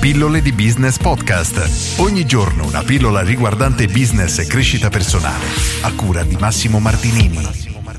Pillole di Business Podcast. Ogni giorno una pillola riguardante business e crescita personale. A cura di Massimo Martinini.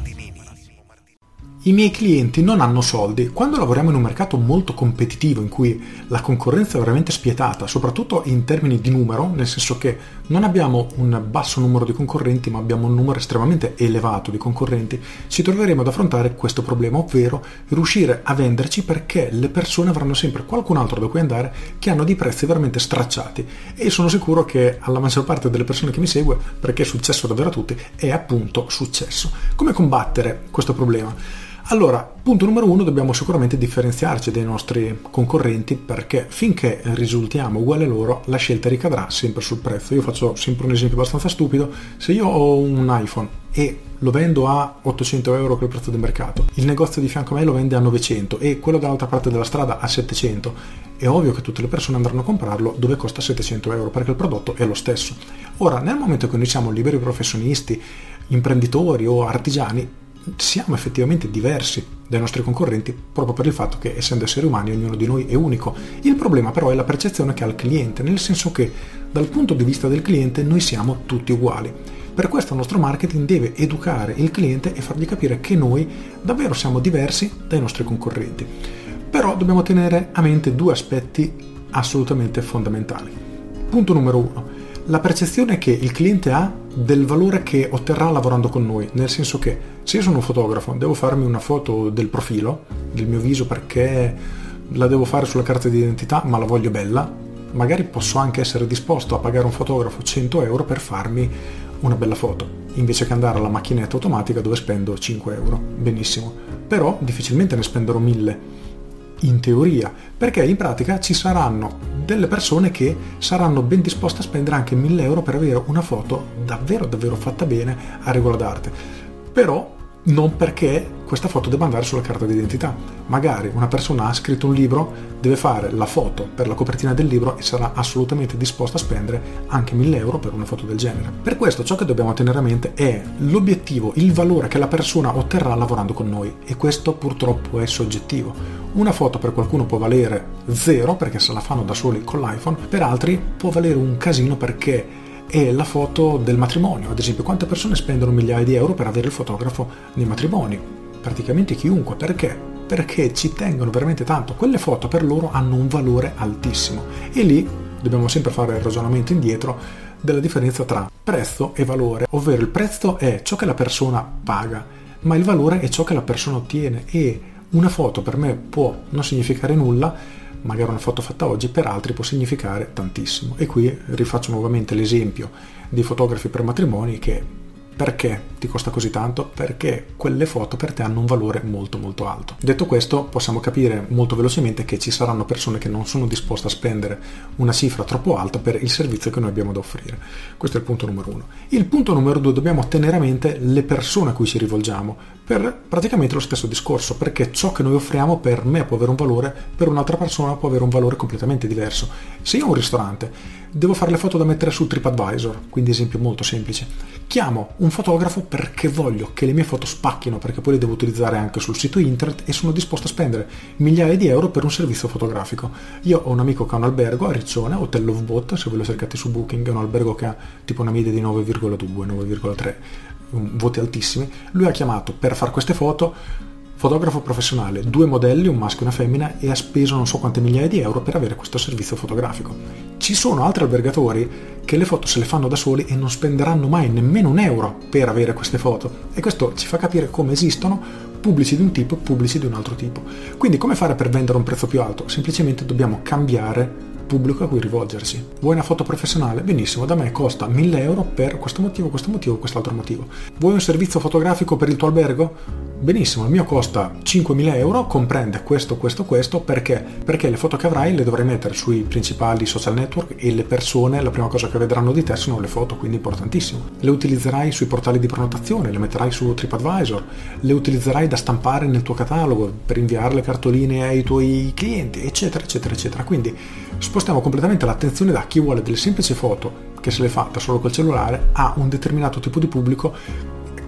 I miei clienti non hanno soldi. Quando lavoriamo in un mercato molto competitivo in cui la concorrenza è veramente spietata, soprattutto in termini di numero, nel senso che non abbiamo un basso numero di concorrenti ma abbiamo un numero estremamente elevato di concorrenti, ci troveremo ad affrontare questo problema, ovvero riuscire a venderci perché le persone avranno sempre qualcun altro da cui andare che hanno dei prezzi veramente stracciati, e sono sicuro che alla maggior parte delle persone che mi segue, perché è successo davvero a tutti, è appunto successo. Come combattere questo problema? Allora, punto numero 1, dobbiamo sicuramente differenziarci dai nostri concorrenti, perché finché risultiamo uguali a loro la scelta ricadrà sempre sul prezzo. Io faccio sempre un esempio abbastanza stupido: se io ho un iPhone e lo vendo a 800 euro, che è il prezzo del mercato, il negozio di fianco a me lo vende a 900 e quello dall'altra parte della strada a 700, è ovvio che tutte le persone andranno a comprarlo dove costa 700 euro, perché il prodotto è lo stesso. Ora, nel momento che noi siamo liberi professionisti, imprenditori o artigiani, siamo effettivamente diversi dai nostri concorrenti proprio per il fatto che, essendo esseri umani, ognuno di noi è unico. Il problema però è la percezione che ha il cliente, nel senso che dal punto di vista del cliente noi siamo tutti uguali. Per questo il nostro marketing deve educare il cliente e fargli capire che noi davvero siamo diversi dai nostri concorrenti. Però dobbiamo tenere a mente due aspetti assolutamente fondamentali. Punto numero 1. La percezione che il cliente ha del valore che otterrà lavorando con noi, nel senso che se io sono un fotografo, devo farmi una foto del profilo, del mio viso, perché la devo fare sulla carta d'identità ma la voglio bella, magari posso anche essere disposto a pagare un fotografo 100 euro per farmi una bella foto, invece che andare alla macchinetta automatica dove spendo 5 euro. Benissimo, però difficilmente ne spenderò 1000. In teoria, perché in pratica ci saranno delle persone che saranno ben disposte a spendere anche 1000 euro per avere una foto davvero fatta bene, a regola d'arte. Però non perché questa foto debba andare sulla carta d'identità. Magari una persona ha scritto un libro, deve fare la foto per la copertina del libro e sarà assolutamente disposta a spendere anche 1000 euro per una foto del genere. Per questo ciò che dobbiamo tenere a mente è l'obiettivo, il valore che la persona otterrà lavorando con noi, e questo purtroppo è soggettivo. Una foto per qualcuno può valere 0 perché se la fanno da soli con l'iPhone, per altri può valere un casino perché è la foto del matrimonio. Ad esempio, quante persone spendono migliaia di euro per avere il fotografo nei matrimoni? Praticamente chiunque. Perché? Perché ci tengono veramente tanto. Quelle foto per loro hanno un valore altissimo, e lì dobbiamo sempre fare il ragionamento indietro della differenza tra prezzo e valore, ovvero il prezzo è ciò che la persona paga, ma il valore è ciò che la persona ottiene. E una foto per me può non significare nulla, magari una foto fatta oggi per altri può significare tantissimo. E qui rifaccio nuovamente l'esempio dei fotografi per matrimoni, che perché ti costa così tanto? Perché quelle foto per te hanno un valore molto alto. Detto questo, possiamo capire molto velocemente che ci saranno persone che non sono disposte a spendere una cifra troppo alta per il servizio che noi abbiamo da offrire. Questo è il punto numero 1. Il punto numero 2, dobbiamo tenere a mente le persone a cui ci rivolgiamo, per praticamente lo stesso discorso, perché ciò che noi offriamo per me può avere un valore, per un'altra persona può avere un valore completamente diverso. Se io ho un ristorante, devo fare le foto da mettere su TripAdvisor, quindi esempio molto semplice. Chiamo un fotografo perché voglio che le mie foto spacchino, perché poi le devo utilizzare anche sul sito internet, e sono disposto a spendere migliaia di euro per un servizio fotografico. Io ho un amico che ha un albergo a Riccione, Hotel Lovebot, se ve lo cercate su Booking, è un albergo che ha tipo una media di 9,2, 9,3, voti altissimi. Lui ha chiamato per fare queste foto fotografo professionale, 2 modelli, un maschio e una femmina, e ha speso non so quante migliaia di euro per avere questo servizio fotografico. Ci sono altri albergatori che le foto se le fanno da soli e non spenderanno mai nemmeno un euro per avere queste foto, e questo ci fa capire come esistono pubblici di un tipo e pubblici di un altro tipo. Quindi come fare per vendere un prezzo più alto? Semplicemente dobbiamo cambiare pubblico a cui rivolgersi. Vuoi una foto professionale? Benissimo, da me costa 1000 euro per questo motivo, quest'altro motivo. Vuoi un servizio fotografico per il tuo albergo? Benissimo, il mio costa 5.000 euro, comprende questo, perché le foto che avrai le dovrai mettere sui principali social network, e le persone la prima cosa che vedranno di te sono le foto, quindi importantissimo. Le utilizzerai sui portali di prenotazione, le metterai su TripAdvisor, le utilizzerai da stampare nel tuo catalogo per inviare le cartoline ai tuoi clienti, eccetera. Quindi spostiamo completamente l'attenzione da chi vuole delle semplici foto che se le fa da solo col cellulare a un determinato tipo di pubblico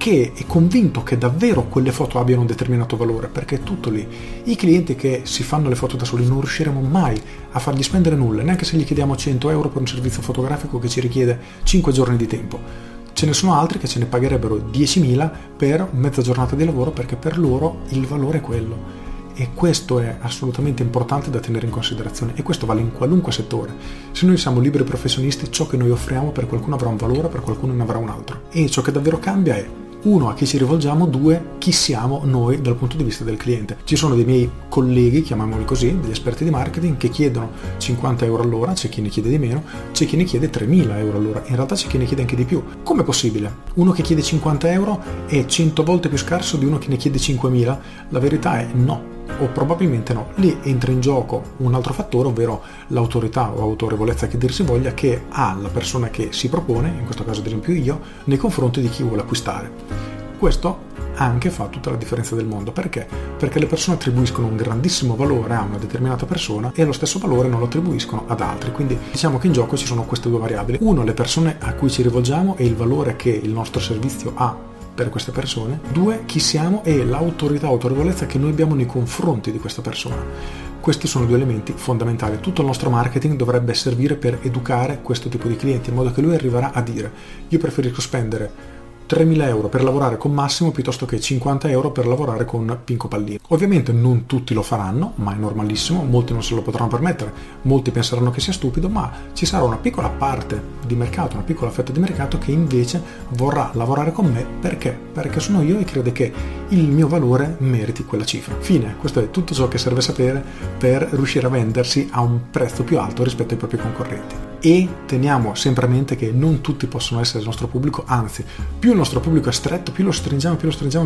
che è convinto che davvero quelle foto abbiano un determinato valore, perché è tutto lì. I clienti che si fanno le foto da soli non riusciremo mai a fargli spendere nulla, neanche se gli chiediamo 100 euro per un servizio fotografico che ci richiede 5 giorni di tempo. Ce ne sono altri che ce ne pagherebbero 10.000 per mezza giornata di lavoro, perché per loro il valore è quello. E questo è assolutamente importante da tenere in considerazione, e questo vale in qualunque settore. Se noi siamo liberi professionisti, ciò che noi offriamo per qualcuno avrà un valore, per qualcuno ne avrà un altro. E ciò che davvero cambia è: 1, a chi ci rivolgiamo, 2, chi siamo noi dal punto di vista del cliente. Ci sono dei miei colleghi, chiamiamoli così, degli esperti di marketing, che chiedono 50 euro all'ora, c'è chi ne chiede di meno, c'è chi ne chiede 3.000 euro all'ora, in realtà c'è chi ne chiede anche di più. Com'è possibile? Uno che chiede 50 euro è 100 volte più scarso di uno che ne chiede 5.000? La verità è no. O probabilmente no. Lì entra in gioco un altro fattore, ovvero l'autorità o autorevolezza che dir si voglia che ha la persona che si propone, in questo caso ad esempio io, nei confronti di chi vuole acquistare. Questo anche fa tutta la differenza del mondo. Perché? Perché le persone attribuiscono un grandissimo valore a una determinata persona e lo stesso valore non lo attribuiscono ad altri. Quindi diciamo che in gioco ci sono queste due variabili: 1, le persone a cui ci rivolgiamo e il valore che il nostro servizio ha per queste persone; 2, chi siamo e l'autorità, autorevolezza che noi abbiamo nei confronti di questa persona. Questi sono due elementi fondamentali. Tutto il nostro marketing dovrebbe servire per educare questo tipo di clienti, in modo che lui arriverà a dire: io preferisco spendere 3.000 euro per lavorare con Massimo piuttosto che 50 euro per lavorare con Pinco Pallino. Ovviamente non tutti lo faranno, ma è normalissimo, molti non se lo potranno permettere, molti penseranno che sia stupido, ma ci sarà una piccola parte di mercato, una piccola fetta di mercato che invece vorrà lavorare con me. Perché? Perché sono io e crede che il mio valore meriti quella cifra. Fine, questo è tutto ciò che serve sapere per riuscire a vendersi a un prezzo più alto rispetto ai propri concorrenti. E teniamo sempre a mente che non tutti possono essere il nostro pubblico, anzi, più il nostro pubblico è stretto, più lo stringiamo,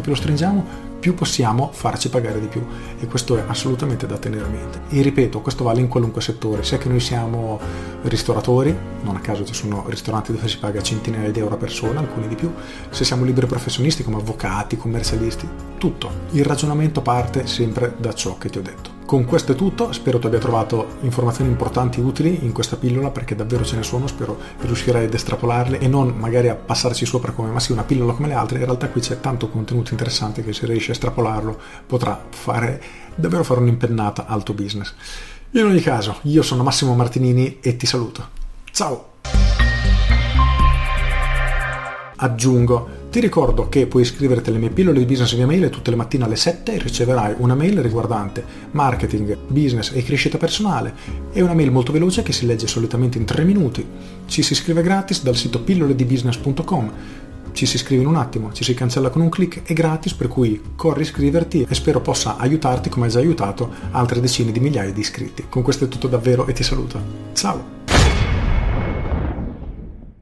più possiamo farci pagare di più, e questo è assolutamente da tenere a mente. E ripeto, questo vale in qualunque settore, sia che noi siamo ristoratori, non a caso ci sono ristoranti dove si paga centinaia di euro a persona, alcuni di più, se siamo liberi professionisti come avvocati, commercialisti, tutto. Il ragionamento parte sempre da ciò che ti ho detto. Con questo è tutto, spero tu abbia trovato informazioni importanti e utili in questa pillola, perché davvero ce ne sono, spero riuscirai ad estrapolarle e non magari a passarci sopra come ma sì, una pillola come le altre. In realtà qui c'è tanto contenuto interessante che se riesci a estrapolarlo potrà davvero fare un'impennata al tuo business. In ogni caso, io sono Massimo Martinini e ti saluto. Ciao! Aggiungo, ti ricordo che puoi iscriverti alle mie pillole di business via mail tutte le mattine alle 7 e riceverai una mail riguardante marketing, business e crescita personale, e una mail molto veloce che si legge solitamente in 3 minuti. Ci si iscrive gratis dal sito pilloledibusiness.com, ci si iscrive in un attimo, ci si cancella con un click, è gratis, per cui corri a iscriverti e spero possa aiutarti come ha già aiutato altre decine di migliaia di iscritti. Con questo è tutto davvero e ti saluto. Ciao!